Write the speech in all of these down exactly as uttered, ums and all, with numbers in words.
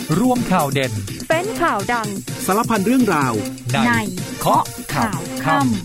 ร่วมข่าวเด่นเป็นข่าวดังสารพันเรื่องราวในเคาะข่าวค่ำ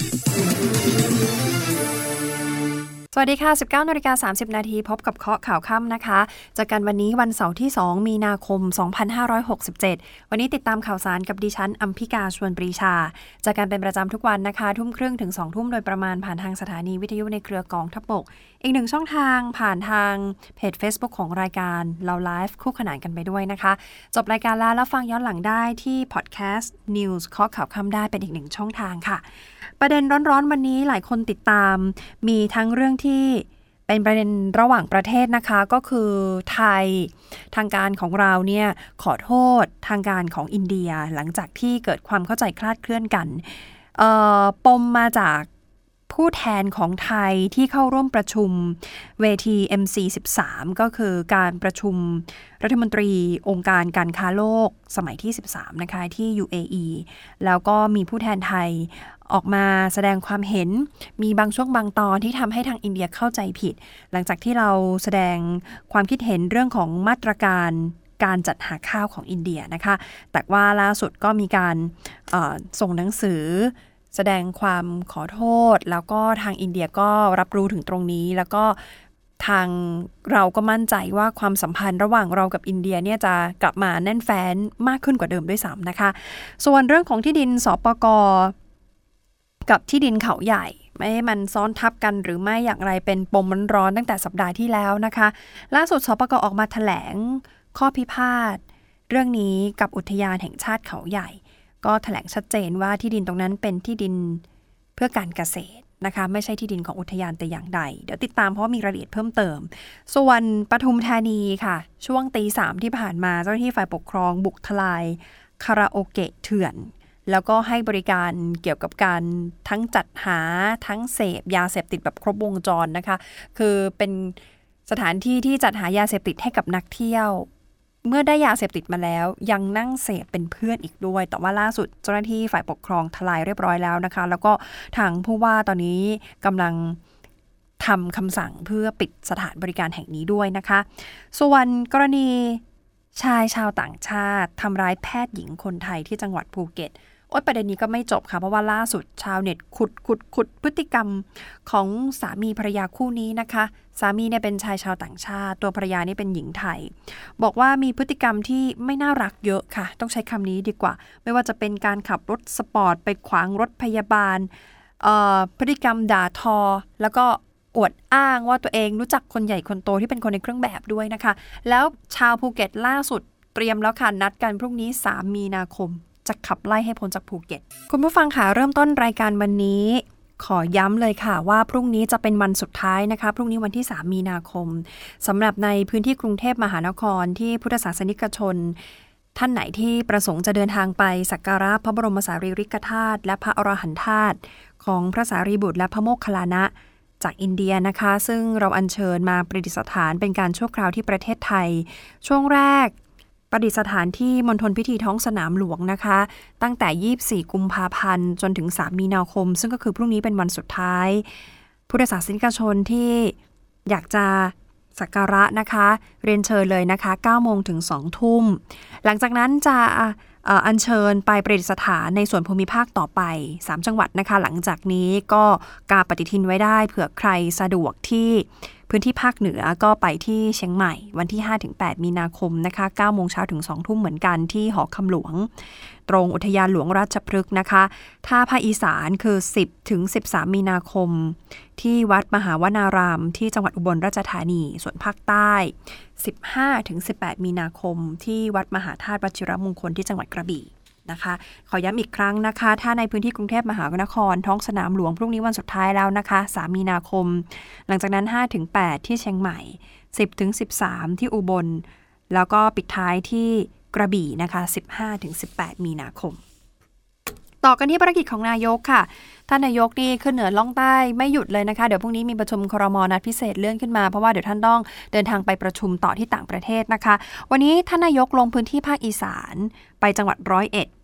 สวัสดีค่ะ สิบเก้านาฬิกาสามสิบนาทีพบกับเคาะข่าวค่ำนะคะเจอกันวันนี้วันเสาร์ที่สองมีนาคมสองพันห้าร้อยหกสิบเจ็ดวันนี้ติดตามข่าวสารกับดิฉันอัมพิกาชวนปรีชาเจอกันเป็นประจำทุกวันนะคะทุ่มครึ่งถึงสองทุ่มโดยประมาณผ่านทางสถานีวิทยุในเครือกองทัพบกอีกหนึ่งช่องทางผ่านทางเพจ Facebook ของรายการเราไลฟ์คู่ขนานกันไปด้วยนะคะจบรายการแล้วแล้วฟังย้อนหลังได้ที่พอดแคสต์ News เคาะข่าวค่ำได้เป็นอีกหนึ่งช่องทางค่ะประเด็นร้อนๆวันนี้หลายคนติดตามมีทั้งเรื่องที่เป็นประเด็นระหว่างประเทศนะคะก็คือไทยทางการของเราเนี่ยขอโทษทางการของอินเดียหลังจากที่เกิดความเข้าใจคลาดเคลื่อนกันปมมาจากผู้แทนของไทยที่เข้าร่วมประชุมเวที เอ็ม ซี สิบสาม ก็คือการประชุมรัฐมนตรีองค์การการค้าโลกสมัยที่สิบสามนะคะที่ ยู เอ อี แล้วก็มีผู้แทนไทยออกมาแสดงความเห็นมีบางช่วงบางตอนที่ทำให้ทางอินเดียเข้าใจผิดหลังจากที่เราแสดงความคิดเห็นเรื่องของมาตรการการจัดหาข้าวของอินเดียนะคะแต่ว่าล่าสุดก็มีการส่งหนังสือแสดงความขอโทษแล้วก็ทางอินเดียก็รับรู้ถึงตรงนี้แล้วก็ทางเราก็มั่นใจว่าความสัมพันธ์ระหว่างเรากับอินเดียเนี่ยจะกลับมาแน่นแฟ้นมากขึ้นกว่าเดิมด้วยซ้ำนะคะส่วนเรื่องของที่ดินสปก.กับที่ดินเขาใหญ่ไม่ให้มันซ้อนทับกันหรือไม่อย่างไรเป็นปมร้อนตั้งแต่สัปดาห์ที่แล้วนะคะล่าสุดสปก.ออกมาแถลงข้อพิพาทเรื่องนี้กับอุทยานแห่งชาติเขาใหญ่ก็แถลงชัดเจนว่าที่ดินตรงนั้นเป็นที่ดินเพื่อการเกษตรนะคะไม่ใช่ที่ดินของอุทยานแต่อย่างใดเดี๋ยวติดตามเพราะว่ามีรายละเอียดเพิ่มเติมส่วนปทุมธานีค่ะช่วงตีสามที่ผ่านมาเจ้าหน้าที่ฝ่ายปกครองบุกทลายคาราโอเกะเถื่อนแล้วก็ให้บริการเกี่ยวกับการทั้งจัดหาทั้งเสพยาเสพติดแบบครบวงจรนะคะคือเป็นสถานที่ที่จัดหายาเสพติดให้กับนักเที่ยวเมื่อได้ยาเสพติดมาแล้วยังนั่งเสพเป็นเพื่อนอีกด้วยแต่ว่าล่าสุดเจ้าหน้าที่ฝ่ายปกครองทลายเรียบร้อยแล้วนะคะแล้วก็ทางผู้ว่าตอนนี้กำลังทำคำสั่งเพื่อปิดสถานบริการแห่งนี้ด้วยนะคะส่วนกรณีชายชาวต่างชาติทำร้ายแพทย์หญิงคนไทยที่จังหวัดภูเก็ตโอ๊ยประเด็นนี้ก็ไม่จบค่ะเพราะว่าล่าสุดชาวเน็ตขุดขุดขุดพฤติกรรมของสามีภรรยาคู่นี้นะคะสามีเนี่ยเป็นชายชาวต่างชาติตัวภรรยานี่เป็นหญิงไทยบอกว่ามีพฤติกรรมที่ไม่น่ารักเยอะค่ะต้องใช้คำนี้ดีกว่าไม่ว่าจะเป็นการขับรถสปอร์ตไปขวางรถพยาบาลพฤติกรรมด่าทอแล้วก็อวดอ้างว่าตัวเองรู้จักคนใหญ่คนโตที่เป็นคนในเครื่องแบบด้วยนะคะแล้วชาวภูเก็ตล่าสุดเตรียมแล้วค่ะนัดกันพรุ่งนี้สามมีนาคมจะขับไล่ให้พ้นจากภูเก็ตคุณผู้ฟังค่ะเริ่มต้นรายการวันนี้ขอย้ำเลยค่ะว่าพรุ่งนี้จะเป็นวันสุดท้ายนะคะพรุ่งนี้วันที่สามมีนาคมสำหรับในพื้นที่กรุงเทพมหานครที่พุทธศาสนิกชนท่านไหนที่ประสงค์จะเดินทางไปสักการะพระบรมสารีริกธาตุและพระอรหันตธาตุของพระสารีบุตรและพระโมคคัลลานะจากอินเดียนะคะซึ่งเราอัญเชิญมาประดิษฐานเป็นการชั่วคราวที่ประเทศไทยช่วงแรกประดิษฐานที่มณฑลพิธีท้องสนามหลวงนะคะตั้งแต่ยี่สิบสี่กุมภาพันธ์จนถึงสามมีนาคมซึ่งก็คือพรุ่งนี้เป็นวันสุดท้ายพุทธศาสนิกชนที่อยากจะสักการะนะคะเรียนเชิญเลยนะคะเก้าโมงถึงสองทุ่มหลังจากนั้นจะอัญเชิญไปประดิษฐานในส่วนภูมิภาคต่อไปสามจังหวัดนะคะหลังจากนี้ก็กาปฏิทินไว้ได้เผื่อใครสะดวกที่พื้นที่ภาคเหนือก็ไปที่เชียงใหม่วันที่ ห้าถึงแปด มีนาคมนะคะเก้าโมงเช้าถึงสองทุ่มเหมือนกันที่หอคำหลวงตรงอุทยานหลวงราชพฤกษ์นะคะถ้าภาคอีสานคือสิบถึงสิบสามมีนาคมที่วัดมหาวนารามที่จังหวัดอุบลราชธานีส่วนภาคใต้สิบห้าถึงสิบแปดมีนาคมที่วัดมหาธาตุวชิรมงคลที่จังหวัดกระบี่นะคะขอย้ำอีกครั้งนะคะถ้าในพื้นที่กรุงเทพมหานครท้องสนามหลวงพรุ่งนี้วันสุดท้ายแล้วนะคะสามมีนาคมหลังจากนั้น ห้าถึงแปด ที่เชียงใหม่สิบถึงสิบสามที่อุบลแล้วก็ปิดท้ายที่กระบี่นะคะสิบห้าถึงสิบแปดมีนาคมต่อกันที่ภารกิจของนายกค่ะท่านนายกนี่ขึ้นเหนือล่องใต้ไม่หยุดเลยนะคะเดี๋ยวพรุ่งนี้มีประชุมครม.นัดพิเศษเลื่อนขึ้นมาเพราะว่าเดี๋ยวท่านต้องเดินทางไปประชุมต่อที่ต่างประเทศนะคะวันนี้ท่านนายกลงพื้นที่ภาคอีสานไปจังหวัดร้อยเอ็ด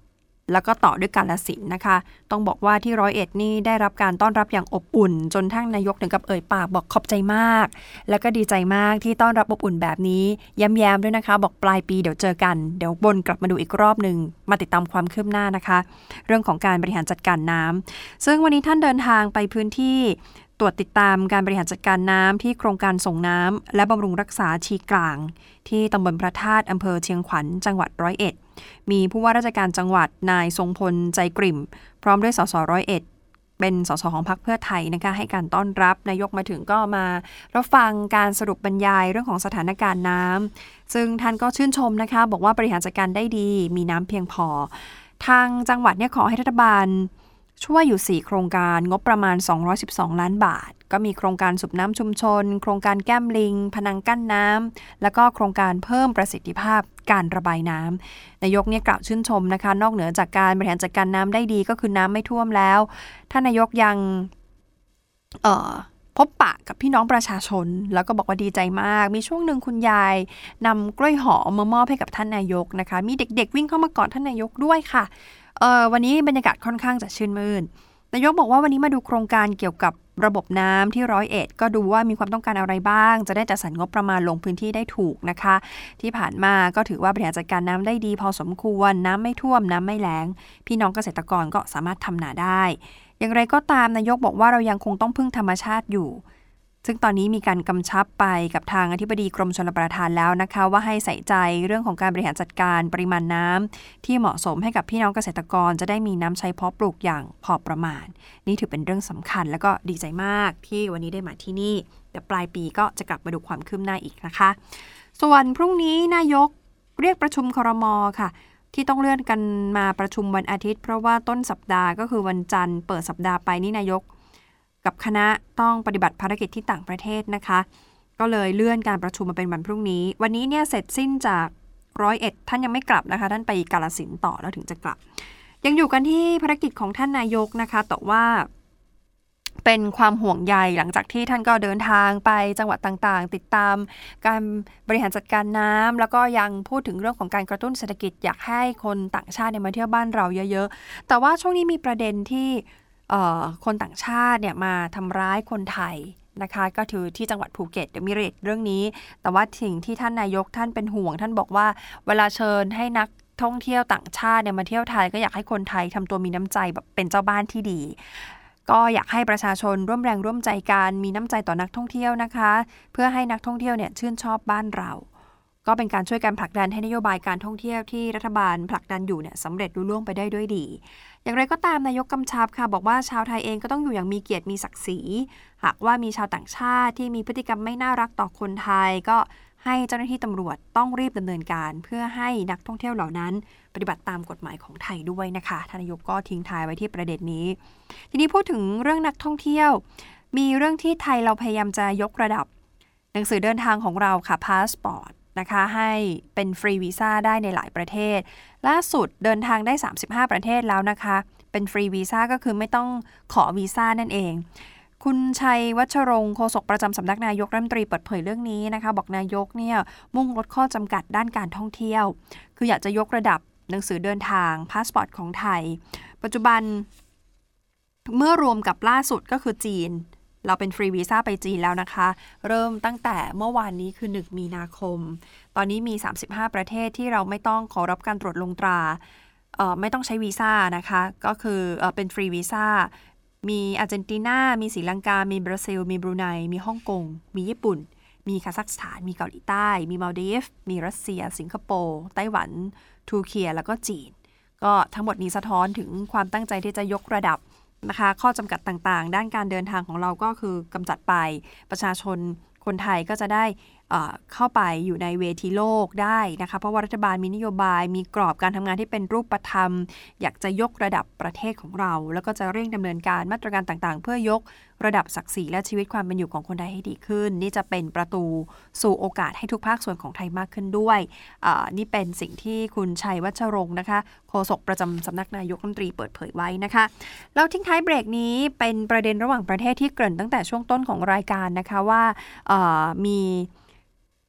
แล้วก็ต่อด้วยกาฬสินธุ์นะคะต้องบอกว่าที่ร้อยเอ็ดนี่ได้รับการต้อนรับอย่างอบอุ่นจนทั้งนายกถึงกับเอ่ยปากบอกขอบใจมากแล้วก็ดีใจมากที่ต้อนรับอบอุ่นแบบนี้แย้มๆด้วยนะคะบอกปลายปีเดี๋ยวเจอกันเดี๋ยวบนกลับมาดูอีกรอบนึงมาติดตามความคืบหน้านะคะเรื่องของการบริหารจัดการน้ำซึ่งวันนี้ท่านเดินทางไปพื้นที่ตรวจติดตามการบริหารจัดการน้ำที่โครงการส่งน้ำและบำรุงรักษาชีกลางที่ตำบลพระธาตุอำเภอเชียงขวัญจังหวัดร้อยเอ็ดมีผู้ว่าราชการจังหวัดนายทรงพลใจกริ่มพร้อมด้วยสสร้อยเอ็ดเป็นสสของพรรคเพื่อไทยนะคะให้การต้อนรับนายกมาถึงก็มารับฟังการสรุปบรรยายเรื่องของสถานการณ์น้ำซึ่งท่านก็ชื่นชมนะคะบอกว่าบริหารจัดการได้ดีมีน้ำเพียงพอทางจังหวัดเนี่ยขอให้รัฐบาลช่วยอยู่สี่โครงการงบประมาณสองร้อยสิบสองล้านบาทก็มีโครงการสูบน้ำชุมชนโครงการแก้มลิงพนังกั้นน้ำแล้วก็โครงการเพิ่มประสิทธิภาพการระบายน้ำนายกเนี่ยกล่าวชื่นชมนะคะนอกเหนือจากการบริหารจัดการน้ำได้ดีก็คือน้ำไม่ท่วมแล้วท่านนายกยังเอ่อพบปะกับพี่น้องประชาชนแล้วก็บอกว่าดีใจมากมีช่วงหนึ่งคุณยายนำกล้วยหอมมามอบให้กับท่านนายกนะคะมีเด็กๆวิ่งเข้ามากอดท่านนายกด้วยค่ะเอ่อวันนี้บรรยากาศค่อนข้างจะชื่นมื่นนายกบอกว่าวันนี้มาดูโครงการเกี่ยวกับระบบน้ำที่ร้อยเอ็ดก็ดูว่ามีความต้องการอะไรบ้างจะได้จัดสรรงบประมาณลงพื้นที่ได้ถูกนะคะที่ผ่านมาก็ถือว่าบริหารจัดการน้ำได้ดีพอสมควรน้ำไม่ท่วมน้ำไม่แล้งพี่น้องเกษตรกรก็สามารถทำนาได้อย่างไรก็ตามนายกบอกว่าเรายังคงต้องพึ่งธรรมชาติอยู่ซึ่งตอนนี้มีการกำชับไปกับทางอธิบดีกรมชลประทานแล้วนะคะว่าให้ใส่ใจเรื่องของการบริหารจัดการปริมาณน้ำที่เหมาะสมให้กับพี่น้องเกษตรกรจะได้มีน้ำใช้เพาะปลูกอย่างพอประมาณนี่ถือเป็นเรื่องสำคัญแล้วก็ดีใจมากที่วันนี้ได้มาที่นี่แต่ปลายปีก็จะกลับมาดูความคืบหน้าอีกนะคะส่วนพรุ่งนี้นายกเรียกประชุมครม.ค่ะที่ต้องเลื่อนกันมาประชุมวันอาทิตย์เพราะว่าต้นสัปดาห์ก็คือวันจันทร์เปิดสัปดาห์ไปนี่นายกกับคณะต้องปฏิบัติภารกิจที่ต่างประเทศนะคะก็เลยเลื่อนการประชุมมาเป็นวันพรุ่งนี้วันนี้เนี่ยเสร็จสิ้นจากร้อยเอ็ดท่านยังไม่กลับนะคะท่านไปกาฬสินธุ์ต่อแล้วถึงจะกลับยังอยู่กันที่ภารกิจของท่านนายกนะคะแต่ว่าเป็นความห่วงใยหลังจากที่ท่านก็เดินทางไปจังหวัดต่างๆติดตามการบริหารจัดการน้ำแล้วก็ยังพูดถึงเรื่องของการกระตุ้นเศรษฐกิจอยากให้คนต่างชาติมาเที่ยวบ้านเราเยอะๆแต่ว่าช่วงนี้มีประเด็นที่คนต่างชาติเนี่ยมาทำร้ายคนไทยนะคะก็ถือที่จังหวัดภูเก็ตเดี๋ยวมีเรื่องเรื่องนี้แต่ว่าสิ่งที่ท่านนายกท่านเป็นห่วงท่านบอกว่าเวลาเชิญให้นักท่องเที่ยวต่างชาติเนี่ยมาเที่ยวไทยก็อยากให้คนไทยทำตัวมีน้ำใจแบบเป็นเจ้าบ้านที่ดีก็อยากให้ประชาชนร่วมแรงร่วมใจกันมีน้ำใจต่อนักท่องเที่ยวนะคะเพื่อให้นักท่องเที่ยวเนี่ยชื่นชอบบ้านเราก็เป็นการช่วยกันผลักดันให้นโยบายการท่องเที่ยวที่รัฐบาลผลักดันอยู่เนี่ยสำเร็จลุล่วงไปได้ด้วยดีอย่างไรก็ตามนายกกำชับค่ะบอกว่าชาวไทยเองก็ต้องอยู่อย่างมีเกียรติมีศักดิ์ศรีหากว่ามีชาวต่างชาติที่มีพฤติกรรมไม่น่ารักต่อคนไทยก็ให้เจ้าหน้าที่ตำรวจต้องรีบดำเนินการเพื่อให้นักท่องเที่ยวเหล่านั้นปฏิบัติตามกฎหมายของไทยด้วยนะคะท่านนายกก็ทิ้งท้ายไว้ที่ประเด็นนี้ทีนี้พูดถึงเรื่องนักท่องเที่ยวมีเรื่องที่ไทยเราพยายามจะยกระดับหนังสือเดินทางของเราค่ะพาสปอร์ตนะคะให้เป็นฟรีวีซ่าได้ในหลายประเทศล่าสุดเดินทางได้สามสิบห้าประเทศแล้วนะคะเป็นฟรีวีซ่าก็คือไม่ต้องขอวีซ่านั่นเองคุณชัยวัชรงค์โฆษกประจำสำนักนายกรัฐมนตรีเปิดเผยเรื่องนี้นะคะบอกนายกเนี่ยมุ่งลดข้อจำกัดด้านการท่องเที่ยวคืออยากจะยกระดับหนังสือเดินทางพาสปอร์ตของไทยปัจจุบันเมื่อรวมกับล่าสุดก็คือจีนเราเป็นฟรีวีซ่าไปจีนแล้วนะคะเริ่มตั้งแต่เมื่อวานนี้คือหนึ่งมีนาคมตอนนี้มีสามสิบห้าประเทศที่เราไม่ต้องขอรับการตรวจลงตราเอ่อไม่ต้องใช้วีซ่านะคะก็คือเอ่อเป็นฟรีวีซ่ามีอาร์เจนตินามีศรีลังกามีบราซิลมีบรูไนมีฮ่องกงมีญี่ปุ่นมีคาซัคสถานมีเกาหลีใต้มีมาลดีฟมีรัสเซียสิงคโปร์ไต้หวันทูเคียแล้วก็จีนก็ทั้งหมดนี้สะท้อนถึงความตั้งใจที่จะยกระดับนะคะข้อจำกัดต่างๆด้านการเดินทางของเราก็คือกำจัดไปประชาชนคนไทยก็จะได้เข้าไปอยู่ในเวทีโลกได้นะคะเพราะว่ารัฐบาลมีนโยบายมีกรอบการทำงานที่เป็นรูปธรรมอยากจะยกระดับประเทศของเราแล้วก็จะเร่งดำเนินการมาตรการต่างๆเพื่อยกระดับศักดิ์ศรีและชีวิตความเป็นอยู่ของคนไทยให้ดีขึ้นนี่จะเป็นประตูสู่โอกาสให้ทุกภาคส่วนของไทยมากขึ้นด้วยนี่เป็นสิ่งที่คุณชัยวัชรงค์นะคะโฆษกประจำสำนักนายกรัฐมนตรีเปิดเผยไว้นะคะแล้วทิ้งท้ายเบรกนี้เป็นประเด็นระหว่างประเทศที่เกริ่นตั้งแต่ช่วงต้นของรายการนะคะว่ามีตัว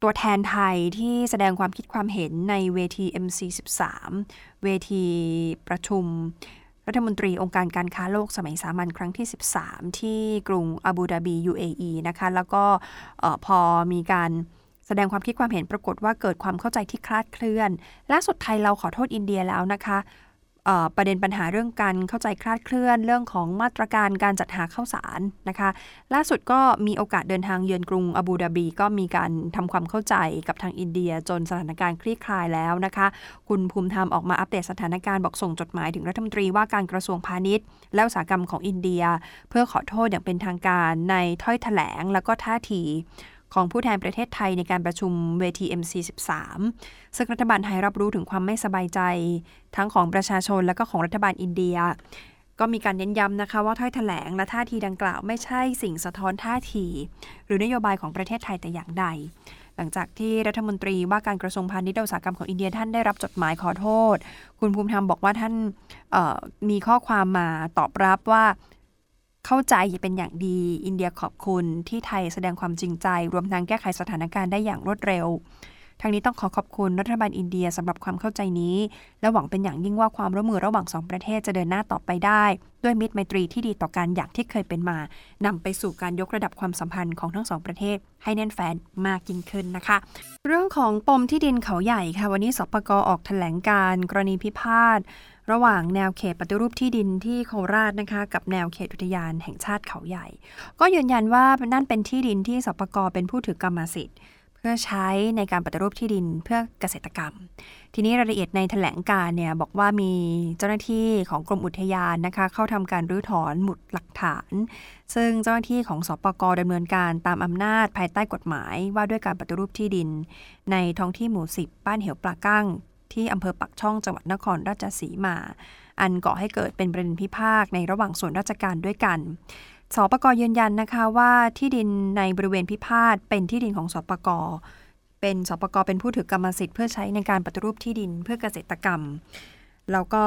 ตัวแทนไทยที่แสดงความคิดความเห็นในเวที เอ็ม ซี สิบสาม เวทีประชุมรัฐมนตรีองค์การการค้าโลกสมัยสามัญครั้งที่สิบสามที่กรุงอาบูดาบี ยู เอ อี นะคะแล้วก็พอมีการแสดงความคิดความเห็นปรากฏว่าเกิดความเข้าใจที่คลาดเคลื่อนล่าสุดไทยเราขอโทษอินเดียแล้วนะคะประเด็นปัญหาเรื่องการเข้าใจคลาดเคลื่อนเรื่องของมาตรการการจัดหาข้าวสารนะคะล่าสุดก็มีโอกาสเดินทางเยือนกรุงอาบูดาบีก็มีการทำความเข้าใจกับทางอินเดียจนสถานการณ์คลี่คลายแล้วนะคะคุณภูมิธรรมออกมาอัปเดตสถานการณ์บอกส่งจดหมายถึงรัฐมนตรีว่าการกระทรวงพาณิชย์และอุตสาหกรรมของอินเดียเพื่อขอโทษอย่างเป็นทางการในถ้อยแถลงแล้วก็ท่าทีของผู้แทนประเทศไทยในการประชุมเวที เอ็ม ซี สิบสาม ซึ่งรัฐบาลไทยรับรู้ถึงความไม่สบายใจทั้งของประชาชนและก็ของรัฐบาลอินเดียก็มีการเน้นย้ำนะคะว่าถ้อยแถลงและท่าทีดังกล่าวไม่ใช่สิ่งสะท้อนท่าทีหรือนโยบายของประเทศไทยแต่อย่างใดหลังจากที่รัฐมนตรีว่าการกระทรวงพาณิชย์และอุตสาหกรรมของอินเดียท่านได้รับจดหมายขอโทษคุณภูมิธรรมบอกว่าท่านมีข้อความมาตอบรับว่าเข้าใจเป็นอย่างดีอินเดียขอบคุณที่ไทยแสดงความจริงใจรวมทั้งแก้ไขสถานการณ์ได้อย่างรวดเร็วทั้งนี้ต้องขอขอบคุณรัฐบาลอินเดียสำหรับความเข้าใจนี้และหวังเป็นอย่างยิ่งว่าความร่วมมือระหว่างสองประเทศจะเดินหน้าต่อไปได้ด้วยมิตรไมตรีที่ดีต่อกันอย่างที่เคยเป็นมานำไปสู่การยกระดับความสัมพันธ์ของทั้งสองประเทศให้แน่นแฟ้นมากยิ่งขึ้นนะคะเรื่องของปมที่ดินเขาใหญ่ค่ะวันนี้สปก.ออกแถลงการกรณีพิพาทระหว่างแนวเขตปฏิรูปที่ดินที่โคราชนะคะกับแนวเขตอุทยานแห่งชาติเขาใหญ่ก็ยืนยันว่านั่นเป็นที่ดินที่สปก.เป็นผู้ถือกรรมสิทธิ์เพื่อใช้ในการปฏิรูปที่ดินเพื่อเกษตรกรรมทีนี้รายละเอียดในแถลงการเนี่ยบอกว่ามีเจ้าหน้าที่ของกรมอุทยานนะคะเข้าทำการรื้อถอนหมุดหลักฐานซึ่งเจ้าหน้าที่ของสปก.ดำเนินการตามอำนาจภายใต้กฎหมายว่าด้วยการปฏิรูปที่ดินในท้องที่หมู่สิบบ้านเหวปลากั้งที่อำเภอปักช่องจังหวัดนครราชสีมาอันก่อให้เกิดเป็นประเด็นพิพาทในระหว่างส่วนราชการด้วยกันสปก.ยืนยันนะคะว่าที่ดินในบริเวณพิพาทเป็นที่ดินของสปก.เป็นสปก.เป็นผู้ถือกรรมสิทธิ์เพื่อใช้ในการปฏิรูปที่ดินเพื่อเกษตรกรรมแล้วก็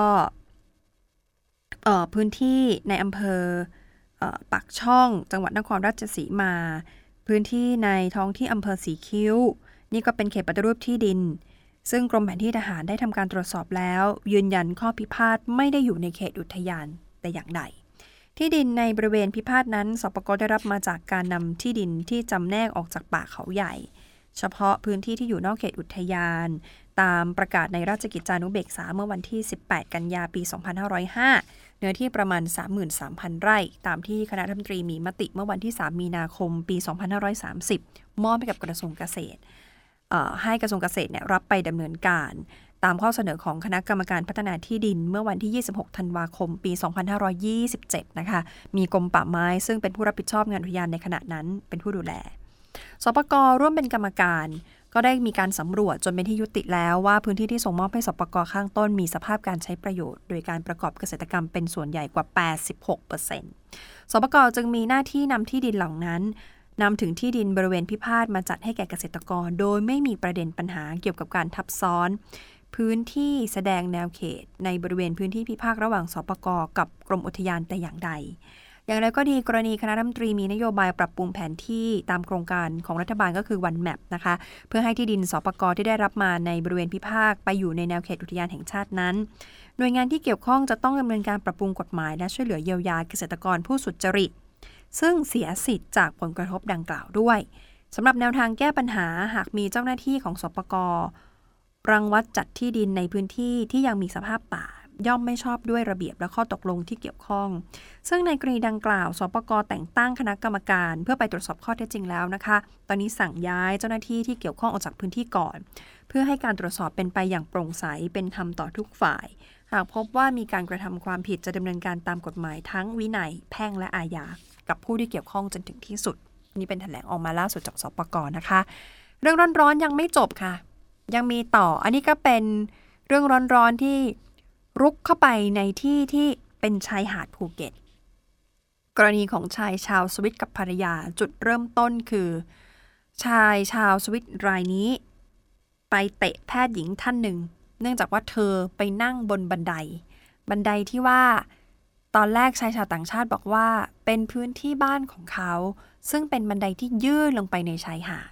พื้นที่ในอำเภอปักช่องจังหวัดนครราชสีมาพื้นที่ในท้องที่อำเภอสีคิ้วนี่ก็เป็นเขตปฏิรูปที่ดินซึ่งกรมแผนที่ทหารได้ทำการตรวจสอบแล้วยืนยันข้อพิพาทไม่ได้อยู่ในเขตอุทยานแต่อย่างใดที่ดินในบริเวณพิพาทนั้นสปก.ได้รับมาจากการนำที่ดินที่จำแนกออกจากป่าเขาใหญ่เฉพาะพื้นที่ที่อยู่นอกเขตอุทยานตามประกาศในราชกิจจานุเบกษาเมื่อวันที่สิบแปดกันยาปีสองพันห้าร้อยห้าเนื้อที่ประมาณ สามหมื่นสามพัน ไร่ตามที่คณะรัฐมนตรีมีมติเมื่อวันที่สามมีนาคมปีสองพันห้าร้อยสามสิบมอบให้กับกระทรวงเกษตรให้กระทรวงเกษตรเนี่ยรับไปดำเนินการตามข้อเสนอของคณะกรรมการพัฒนาที่ดินเมื่อวันที่ยี่สิบหกธันวาคมปีสองพันห้าร้อยยี่สิบเจ็ดนะคะมีกรมป่าไม้ซึ่งเป็นผู้รับผิดชอบงานอุทยานในขณะนั้นเป็นผู้ดูแลสปก.ร่วมเป็นกรรมการก็ได้มีการสำรวจจนเป็นที่ยุติแล้วว่าพื้นที่ที่ส่งมอบให้สปก.ข้างต้นมีสภาพการใช้ประโยชน์โดยการประกอบเกษตรกรรมเป็นส่วนใหญ่กว่า แปดสิบหกเปอร์เซ็นต์ สปก.จึงมีหน้าที่นำที่ดินเหล่านั้นนำถึงที่ดินบริเวณพิพาทมาจัดให้แก่เกษตรกรโดยไม่มีประเด็นปัญหาเกี่ยวกับการทับซ้อนพื้นที่แสดงแนวเขตในบริเวณพื้นที่พิพาทระหว่างสปก.กับกรมอุทยานแต่อย่างใดอย่างไรก็ดีกรณีคณะรัฐมนตรีมีนโยบายปรับปรุงแผนที่ตามโครงการของรัฐบาลก็คือ วันแมป นะคะเพื่อให้ที่ดินสปก.ที่ได้รับมาในบริเวณพิพาทไปอยู่ในแนวเขตอุทยานแห่งชาตินั้นหน่วยงานที่เกี่ยวข้องจะต้องดำเนินการปรับปรุงกฎหมายและช่วยเหลือเยียวยาเกษตรกรผู้สุจริตซึ่งเสียสิทธิ์จากผลกระทบดังกล่าวด้วยสำหรับแนวทางแก้ปัญหาหากมีเจ้าหน้าที่ของสปก.รังวัดจัดที่ดินในพื้นที่ที่ยังมีสภาพป่าย่อมไม่ชอบด้วยระเบียบและข้อตกลงที่เกี่ยวข้องซึ่งในกรณีดังกล่าวสปก.แต่งตั้งคณะกรรมการเพื่อไปตรวจสอบข้อเท็จจริงแล้วนะคะตอนนี้สั่งย้ายเจ้าหน้าที่ที่เกี่ยวข้องออกจากพื้นที่ก่อนเพื่อให้การตรวจสอบเป็นไปอย่างโปร่งใสเป็นธรรมต่อทุกฝ่ายหากพบว่ามีการกระทำความผิดจะดำเนินการตามกฎหมายทั้งวินัยแพ่งและอาญากับผู้ที่เกี่ยวข้องจนถึงที่สุดนี่เป็นแถลงออกมาล่าสุดจากสปก.นะคะเรื่องร้อนๆยังไม่จบค่ะยังมีต่ออันนี้ก็เป็นเรื่องร้อนๆที่รุกเข้าไปในที่ที่เป็นชายหาดภูเก็ตกรณีของชายชาวสวิตกับภรรยาจุดเริ่มต้นคือชายชาวสวิตรายนี้ไปเตะแพทย์หญิงท่านหนึ่งเนื่องจากว่าเธอไปนั่งบนบันไดบันไดที่ว่าตอนแรกชายชาวต่างชาติบอกว่าเป็นพื้นที่บ้านของเขาซึ่งเป็นบันไดที่ยื่นลงไปในชายหาด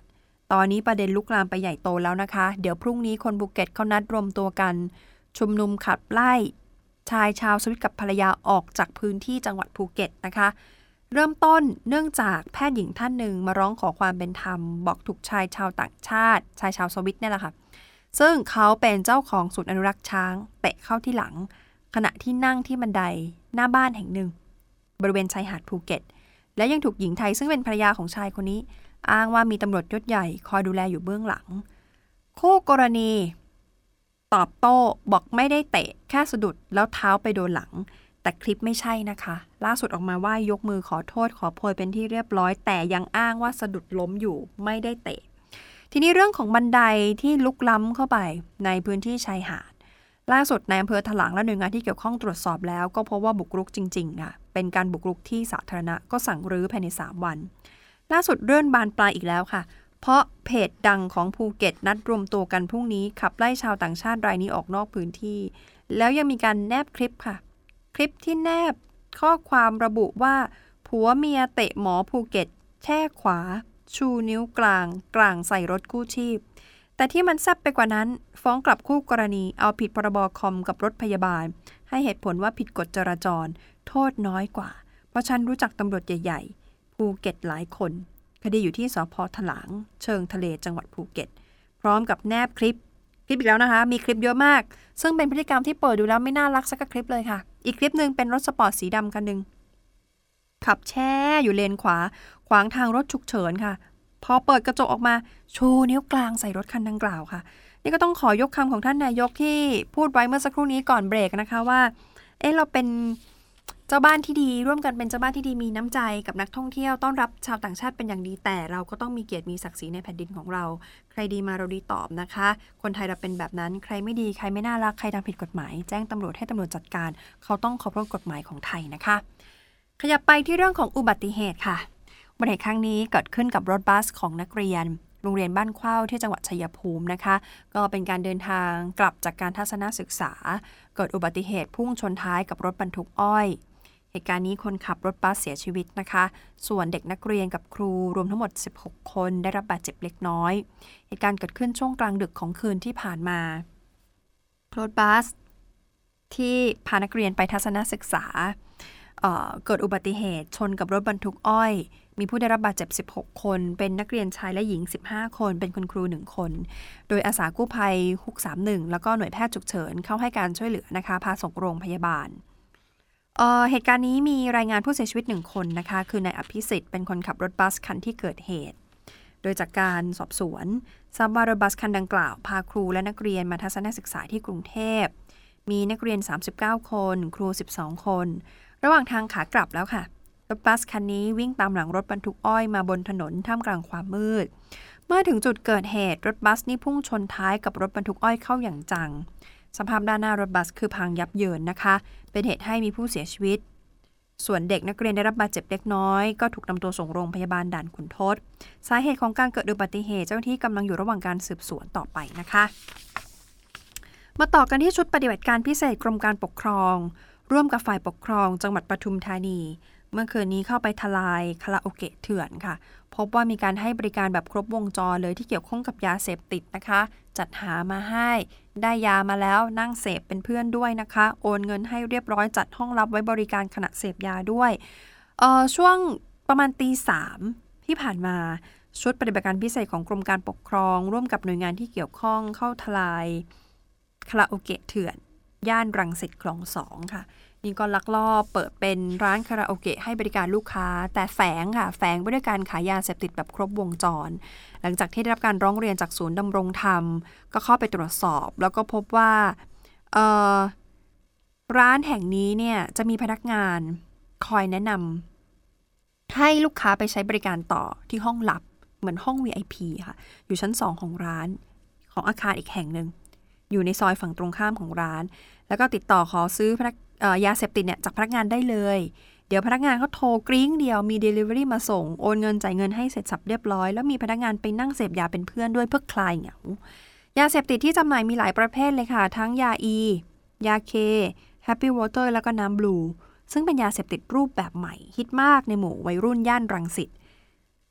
ตอนนี้ประเด็นลุกลามไปใหญ่โตแล้วนะคะเดี๋ยวพรุ่งนี้คนภูเก็ตเขานัดรวมตัวกันชุมนุมขับไล่ชายชาวสวิตกับภรรยาออกจากพื้นที่จังหวัดภูเก็ตนะคะเริ่มต้นเนื่องจากแพทย์หญิงท่านหนึ่งมาร้องขอความเป็นธรรมบอกถูกชายชาวต่างชาติชายชาวสวิตเนี่ยแหละค่ะซึ่งเขาเป็นเจ้าของศูนย์อนุรักษ์ช้างเตะเข้าที่หลังขณะที่นั่งที่บันไดหน้าบ้านแห่งหนึ่งบริเวณชายหาดภูเก็ตและยังถูกหญิงไทยซึ่งเป็นภรรยาของชายคนนี้อ้างว่ามีตำรวจยศใหญ่คอยดูแลอยู่เบื้องหลังคู่กรณีตอบโต้บอกไม่ได้เตะแค่สะดุดแล้วเท้าไปโดนหลังแต่คลิปไม่ใช่นะคะล่าสุดออกมาว่ายกมือขอโทษขอโพยเป็นที่เรียบร้อยแต่ยังอ้างว่าสะดุดล้มอยู่ไม่ได้เตะทีนี้เรื่องของบันไดที่ลุกล้ำเข้าไปในพื้นที่ชายหาดล่าสุดในอำเภอถลางและหน่วยงานที่เกี่ยวข้องตรวจสอบแล้วก็พบว่าบุกรุกจริงๆค่ะเป็นการบุกรุกที่สาธารณะก็สั่งรื้อภายในสามวันล่าสุดเรื่องบานปลายอีกแล้วค่ะเพราะเพจดังของภูเก็ตนัดรวมตัวกันพรุ่งนี้ขับไล่ชาวต่างชาติรายนี้ออกนอกพื้นที่แล้วยังมีการแนบคลิปค่ะคลิปที่แนบข้อความระบุว่าผัวเมียเตะหมอภูเก็ตแช่ขวาชูนิ้วกลางกลางใส่รถกู้ชีพแต่ที่มันแซ่บไปกว่านั้นฟ้องกลับคู่กรณีเอาผิดพรบคอมกับรถพยาบาลให้เหตุผลว่าผิดกฎจราจรโทษน้อยกว่าเพราะฉันรู้จักตำรวจใหญ่ๆภูเก็ตหลายคนคดีอยู่ที่สภ.ถลางเชิงทะเลจังหวัดภูเก็ตพร้อมกับแนบคลิปคลิปอีกแล้วนะคะมีคลิปเยอะมากซึ่งเป็นพฤติกรรมที่เปิดดูแล้วไม่น่ารักสักคลิปเลยค่ะอีกคลิปนึงเป็นรถสปอร์ตสีดำคันนึงขับแช่อยู่เลนขวาขวางทางรถฉุกเฉินค่ะพอเปิดกระจกออกมาชูนิ้วกลางใส่รถคันดังกล่าวค่ะนี่ก็ต้องขอยกคำของท่านนายกที่พูดไว้เมื่อสักครู่นี้ก่อนเบรกนะคะว่าเอ๊ะเราเป็นเจ้าบ้านที่ดีร่วมกันเป็นเจ้าบ้านที่ดีมีน้ำใจกับนักท่องเที่ยวต้อนรับชาวต่างชาติเป็นอย่างดีแต่เราก็ต้องมีเกียรติมีศักดิ์ศรีในแผ่นดินของเราใครดีมาเราดีตอบนะคะคนไทยเราเป็นแบบนั้นใครไม่ดีใครไม่น่ารักใครทำผิดกฎหมายแจ้งตำรวจให้ตำรวจจัดการเขาต้องเคารพกฎหมายของไทยนะคะขยับไปที่เรื่องของอุบัติเหตุค่ะอุบัติเหตุครั้งนี้เกิดขึ้นกับรถบัสของนักเรียนโรงเรียนบ้านเข้าที่จังหวัดชัยภูมินะคะก็เป็นการเดินทางกลับจากการทัศนศึกษาเกิดอุบัติเหตุพุ่งชนท้ายกับรถบรรทุกอ้อยเหตุการณ์นี้คนขับรถบัสเสียชีวิตนะคะส่วนเด็กนักเรียนกับครูรวมทั้งหมดสิบหกคนได้รับบาดเจ็บเล็กน้อยเหตุการณ์เกิดขึ้นช่วงกลางดึกของคืนที่ผ่านมารถบัสที่พานักเรียนไปทัศนศึกษา เอ่อ เกิดอุบัติเหตุชนกับรถบรรทุกอ้อยมีผู้ได้รับบาดเจ็บสิบหกคนเป็นนักเรียนชายและหญิงสิบห้าคนเป็นคุณครูหนึ่งคนโดยอาสากู้ภัยฮุกสามสิบเอ็ดแล้วก็หน่วยแพทย์ฉุกเฉินเข้าให้การช่วยเหลือนะคะพาส่งโรงพยาบาลเอ่อเหตุการณ์นี้มีรายงานผู้เสียชีวิตหนึ่งคนนะคะคือนายอภิสิทธิ์เป็นคนขับรถบัสคันที่เกิดเหตุโดยจากการสอบสวนทราบว่ารถบัสคันดังกล่าวพาครูและนักเรียนมาทัศนศึกษาที่กรุงเทพมีนักเรียนสามสิบเก้าคนครูสิบสองคนระหว่างทางขากลับแล้วค่ะรถบัสคันนี้วิ่งตามหลังรถบรรทุกอ้อยมาบนถนนท่ามกลางความมืดเมื่อถึงจุดเกิดเหตุรถบัสนี่พุ่งชนท้ายกับรถบรรทุกอ้อยเข้าอย่างจังสภาพด้านหน้ารถบัสคือพังยับเยินนะคะเป็นเหตุให้มีผู้เสียชีวิตส่วนเด็กนักเรียนได้รับบาดเจ็บเล็กน้อยก็ถูกนำตัวส่งโรงพยาบาลด่านขุนทดสาเหตุของการเกิดอุบัติเหตุเจ้าหน้าที่กำลังอยู่ระหว่างการสืบสวนต่อไปนะคะมาต่อกันที่ชุดปฏิบัติการพิเศษกรมการปกครองร่วมกับฝ่ายปกครองจังหวัดปทุมธานีเมื่อคืนนี้เข้าไปทลายคาราโอเกะเถื่อนค่ะพบว่ามีการให้บริการแบบครบวงจรเลยที่เกี่ยวข้องกับยาเสพติดนะคะจัดหามาให้ได้ยามาแล้วนั่งเสพเป็นเพื่อนด้วยนะคะโอนเงินให้เรียบร้อยจัดห้องรับไว้บริการขณะเสพยาด้วยเอ่อช่วงประมาณตีสามที่ผ่านมาชุดปฏิบัติการพิเศษของกรมการปกครองร่วมกับหน่วยงานที่เกี่ยวข้องเข้าทลายคาราโอเกะเถื่อนย่านรังสิตคลองสองค่ะนี่ก็ลักลอบเปิดเป็นร้านคาราโอเกะให้บริการลูกค้าแต่แฝงค่ะแฝงไปด้วยการขายยาเสพติดแบบครบวงจรหลังจากที่ได้รับการร้องเรียนจากศูนย์ดำรงธรรมก็เข้าไปตรวจสอบแล้วก็พบว่าเอ่อร้านแห่งนี้เนี่ยจะมีพนักงานคอยแนะนำให้ลูกค้าไปใช้บริการต่อที่ห้องลับเหมือนห้อง วี ไอ พี ค่ะอยู่ชั้นสองของร้านของอาคารอีกแห่งนึงอยู่ในซอยฝั่งตรงข้ามของร้านแล้วก็ติดต่อขอซื้อพนักยาเสพติดเนี่ยจากพนักงานได้เลยเดี๋ยวพนักงานเขาโทรกริ้งเดียวมี delivery มาส่งโอนเงินจ่ายเงินให้เสร็จสับเรียบร้อยแล้วมีพนักงานไปนั่งเสพยาเป็นเพื่อนด้วยเพื่อคลายเหงายาเสพติดที่จำหน่ายมีหลายประเภทเลยค่ะทั้งยาอียาเค Happy Water แล้วก็น้ำบลูซึ่งเป็นยาเสพติดรูปแบบใหม่ฮิตมากในหมู่วัยรุ่นย่านรังสิต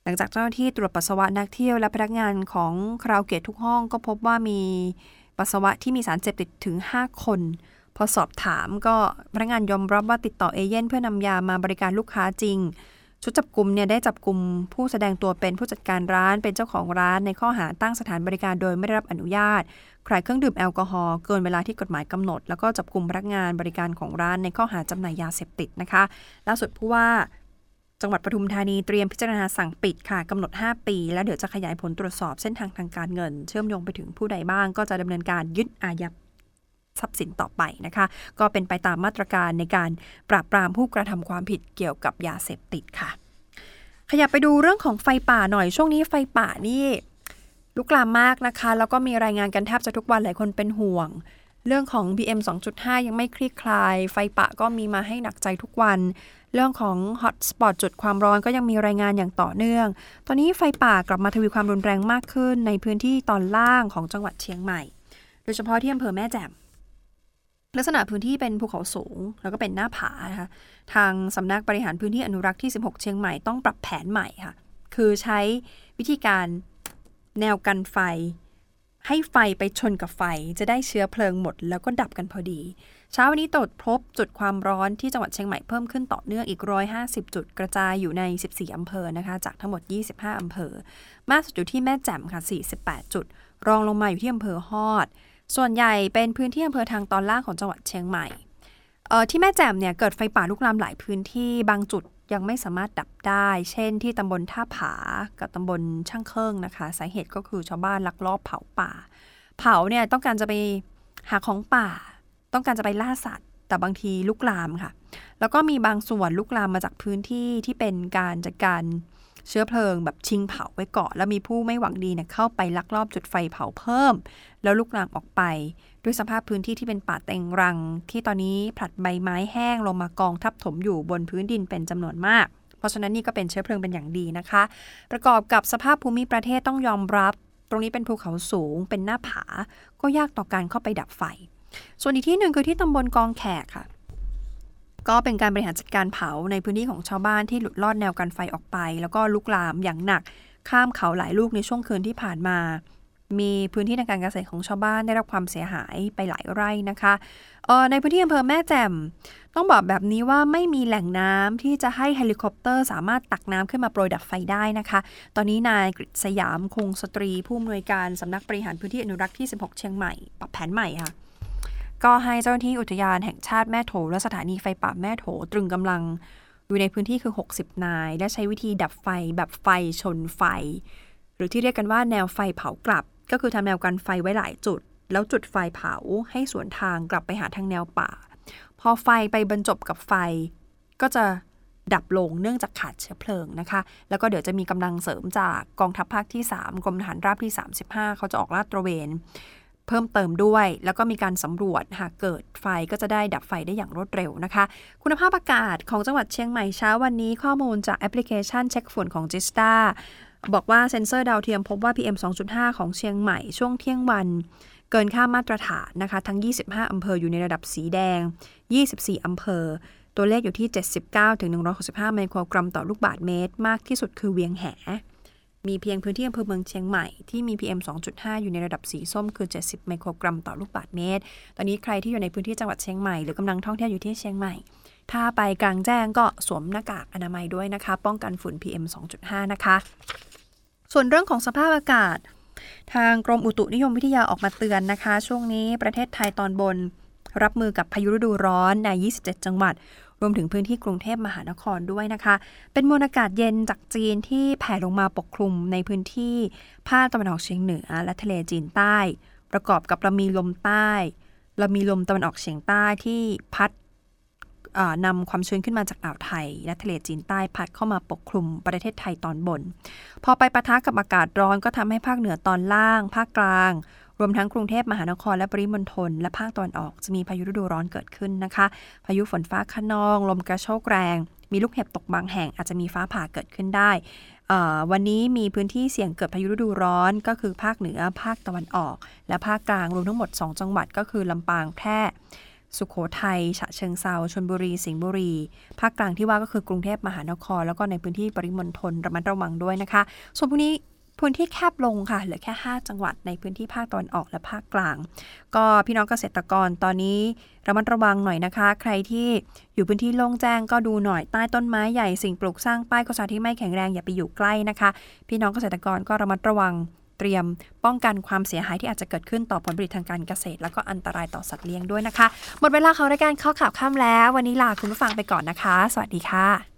หลังจากเจ้าหน้าที่ตรวจปัสสาวะนักเที่ยวและพนักงานของคาราโอเกะทุกห้องก็พบว่ามีปัสสาวะที่มีสารเสพติดถึงห้าคนพอสอบถามก็พนักงานยอมรับว่าติดต่อเอเย่นเพื่อนำยามาบริการลูกค้าจริงชุดจับกุมเนี่ยได้จับกุมผู้แสดงตัวเป็นผู้จัดการร้านเป็นเจ้าของร้านในข้อหาตั้งสถานบริการโดยไม่ได้รับอนุญาตขายเครื่องดื่มแอลกอฮอล์เกินเวลาที่กฎหมายกำหนดแล้วก็จับกุมพนักงานบริการของร้านในข้อหาจำหน่ายยาเสพติดนะคะล่าสุดผู้ว่าจังหวัดปทุมธานีเตรียมพิจารณาสั่งปิดค่ะกำหนดห้าปีแล้วเดี๋ยวจะขยายผลตรวจสอบเส้นทางทางการเงินเชื่อมโยงไปถึงผู้ใดบ้างก็จะดำเนินการยึดอายัดทรัพย์สินต่อไปนะคะก็เป็นไปตามมาตรการในการปราบปรามผู้กระทำความผิดเกี่ยวกับยาเสพติดค่ะขยับไปดูเรื่องของไฟป่าหน่อยช่วงนี้ไฟป่านี่ลุกลามมากนะคะแล้วก็มีรายงานกันแทบจะทุกวันหลายคนเป็นห่วงเรื่องของ พี เอ็ม สองจุดห้า ยังไม่คลี่คลายไฟป่าก็มีมาให้หนักใจทุกวันเรื่องของฮอตสปอตจุดความร้อนก็ยังมีรายงานอย่างต่อเนื่องตอนนี้ไฟป่ากลับมาทวีความรุนแรงมากขึ้นในพื้นที่ตอนล่างของจังหวัดเชียงใหม่โดยเฉพาะที่อำเภอแม่แจ่มลักษณะพื้นที่เป็นภูเขาสูงแล้วก็เป็นหน้าผานะคะทางสำนักบริหารพื้นที่อนุรักษ์ที่สิบหกเชียงใหม่ต้องปรับแผนใหม่ค่ะคือใช้วิธีการแนวกันไฟให้ไฟไปชนกับไฟจะได้เชื้อเพลิงหมดแล้วก็ดับกันพอดีเช้าวันนี้ตรวจพบจุดความร้อนที่จังหวัดเชียงใหม่เพิ่มขึ้นต่อเนื่องอีกหนึ่งร้อยห้าสิบจุดกระจายอยู่ในสิบสี่อำเภอนะคะจากทั้งหมดยี่สิบห้าอำเภอมากสุดอยู่ที่แม่แจ่มค่ะสี่สิบแปดจุดรองลงมาอยู่ที่อำเภอฮอดส่วนใหญ่เป็นพื้นที่อำเภอทางตอนล่างของจังหวัดเชียงใหม่เอ่อที่แม่แจ่มเนี่ยเกิดไฟป่าลุกลามหลายพื้นที่บางจุดยังไม่สามารถดับได้เช่นที่ตำบลท่าผากับตำบลช่างเคิงนะคะสาเหตุก็คือชาวบ้านลักลอบเผาป่าเผาเนี่ยต้องการจะไปหาของป่าต้องการจะไปล่าสัตว์แต่บางทีลุกลามค่ะแล้วก็มีบางส่วนลุกลามมาจากพื้นที่ที่เป็นการจัดการเชื้อเพลิงแบบชิงเผาไว้ก่อนแล้วมีผู้ไม่หวังดีเนี่ยเข้าไปลักลอบจุดไฟเผาเพิ่มแล้วลุกลามออกไปด้วยสภาพพื้นที่ที่เป็นป่าเต็งรังที่ตอนนี้ผลัดใบไม้แห้งลงมากองทับถมอยู่บนพื้นดินเป็นจำนวนมากเพราะฉะนั้นนี่ก็เป็นเชื้อเพลิงเป็นอย่างดีนะคะประกอบกับสภาพภูมิประเทศต้องยอมรับตรงนี้เป็นภูเขาสูงเป็นหน้าผาก็ยากต่อการเข้าไปดับไฟส่วนอีกที่หนึ่งคือที่ตำบลกองแขกค่ะก็เป็นการบริหารจัดการเผาในพื้นที่ของชาวบ้านที่หลุดลอดแนวกันไฟออกไปแล้วก็ลุกลามอย่างหนักข้ามเขาหลายลูกในช่วงคืนที่ผ่านมามีพื้นที่ทางการเกษตรของชาวบ้านได้รับความเสียหายไปหลายไร่นะคะเอ่อในพื้นที่อำเภอแม่แจ่มต้องบอกแบบนี้ว่าไม่มีแหล่งน้ำที่จะให้เฮลิคอปเตอร์สามารถตักน้ำขึ้นมาโปรยดับไฟได้นะคะตอนนี้นายกฤษสยามคงสตรีผู้อำนวยการสำนักบริหารพื้นที่อนุรักษ์ที่สิบหกเชียงใหม่ปรับแผนใหม่ค่ะก็ให้เจ้าหน้าที่อุทยานแห่งชาติแม่โถและสถานีไฟป่าแม่โถตรึงกำลังอยู่ในพื้นที่คือหกสิบนายและใช้วิธีดับไฟแบบไฟชนไฟหรือที่เรียกกันว่าแนวไฟเผากลับก็คือทำแนวกันไฟไว้หลายจุดแล้วจุดไฟเผาให้สวนทางกลับไปหาทางแนวป่าพอไฟไปบรรจบกับไฟก็จะดับลงเนื่องจากขาดเชื้อเพลิงนะคะแล้วก็เดี๋ยวจะมีกำลังเสริมจากกองทัพภาคที่สามกรมทหารราบที่สามสิบห้าเขาจะออกลาดตระเวนเพิ่มเติมด้วยแล้วก็มีการสำรวจหากเกิดไฟก็จะได้ดับไฟได้อย่างรวดเร็วนะคะคุณภาพอากาศของจังหวัดเชียงใหม่เช้าวันนี้ข้อมูลจากแอปพลิเคชันเช็คฝุ่นของจิสตาบอกว่าเซ็นเซอร์ดาวเทียมพบว่า พี เอ็ม สองจุดห้า ของเชียงใหม่ช่วงเที่ยงวันเกินค่ามาตรฐานนะคะทั้งยี่สิบห้าอำเภออยู่ในระดับสีแดงยี่สิบสี่อำเภอตัวเลขอยู่ที่เจ็ดสิบเก้าถึงหนึ่งร้อยหกสิบห้าไมโครกรัมต่อลูกบาศก์เมตรมากที่สุดคือเวียงแหมีเพียงพื้นที่อำเภอเมืองเชียงใหม่ที่มี พี เอ็ม สองจุดห้า อยู่ในระดับสีส้มคือเจ็ดสิบไมโครกรัมต่อลูกบาศก์เมตรตอนนี้ใครที่อยู่ในพื้นที่จังหวัดเชียงใหม่หรือกำลังท่องเที่ยวอยู่ที่เชียงใหม่ถ้าไปกลางแจ้งก็สวมหน้ากากอนามัยด้วยนะคะป้องกันฝุ่น พี เอ็ม สองจุดห้า นะคะส่วนเรื่องของสภาพอากาศทางกรมอุตุนิยมวิทยาออกมาเตือนนะคะช่วงนี้ประเทศไทยตอนบนรับมือกับพายุฤดูร้อนในยี่สิบเจ็ดจังหวัดรวมถึงพื้นที่กรุงเทพมหานครด้วยนะคะเป็นมวลอากาศเย็นจากจีนที่แผ่ลงมาปกคลุมในพื้นที่ภาคตะวันออกเฉียงเหนือและทะเลจีนใต้ประกอบกับลมมีลมใต้ลมมีลมตะวันออกเฉียงใต้ที่พัดนำความชื้นขึ้นมาจากอ่าวไทยและทะเลจีนใต้พัดเข้ามาปกคลุมประเทศไทยตอนบนพอไปปะทะกับอากาศร้อนก็ทำให้ภาคเหนือตอนล่างภาคกลางรวมทั้งกรุงเทพมหานครและปริมณฑลและภาคตะวันออกจะมีพายุฤดูร้อนเกิดขึ้นนะคะพายุฝนฟ้าคะนองลมกระโชกแรงมีลูกเห็บตกบางแห่งอาจจะมีฟ้าผ่าเกิดขึ้นได้วันนี้มีพื้นที่เสี่ยงเกิดพายุฤดูร้อนก็คือภาคเหนือภาคตะวันออกและภาคกลางรวมทั้งหมดสองจังหวัดก็คือลำปางแพร่สุโขทัยฉะเชิงเทราชลบุรีสิงห์บุรีภาคกลางที่ว่าก็คือกรุงเทพมหานครแล้วก็ในพื้นที่ปริมณฑลระมัดระวังด้วยนะคะส่วนพรุ่งนี้พื้นที่แคบลงค่ะเหลือแค่ห้าจังหวัดในพื้นที่ภาคตะวันออกและภาคกลางก็พี่น้องเกษตรกรตอนนี้ระมัดระวังหน่อยนะคะใครที่อยู่พื้นที่โล่งแจ้งก็ดูหน่อยใต้ต้นไม้ใหญ่สิ่งปลูกสร้างป้ายโฆษณาที่ไม่แข็งแรงอย่าไปอยู่ใกล้นะคะพี่น้องเกษตรกรก็ระมัดระวังเตรียมป้องกันความเสียหายที่อาจจะเกิดขึ้นต่อผลผลิตทางการเกษตรแล้วก็อันตรายต่อสัตว์เลี้ยงด้วยนะคะหมดเวลาของรายการข้อข่าวค่ำแล้ววันนี้ลาคุณผู้ฟังไปก่อนนะคะสวัสดีค่ะ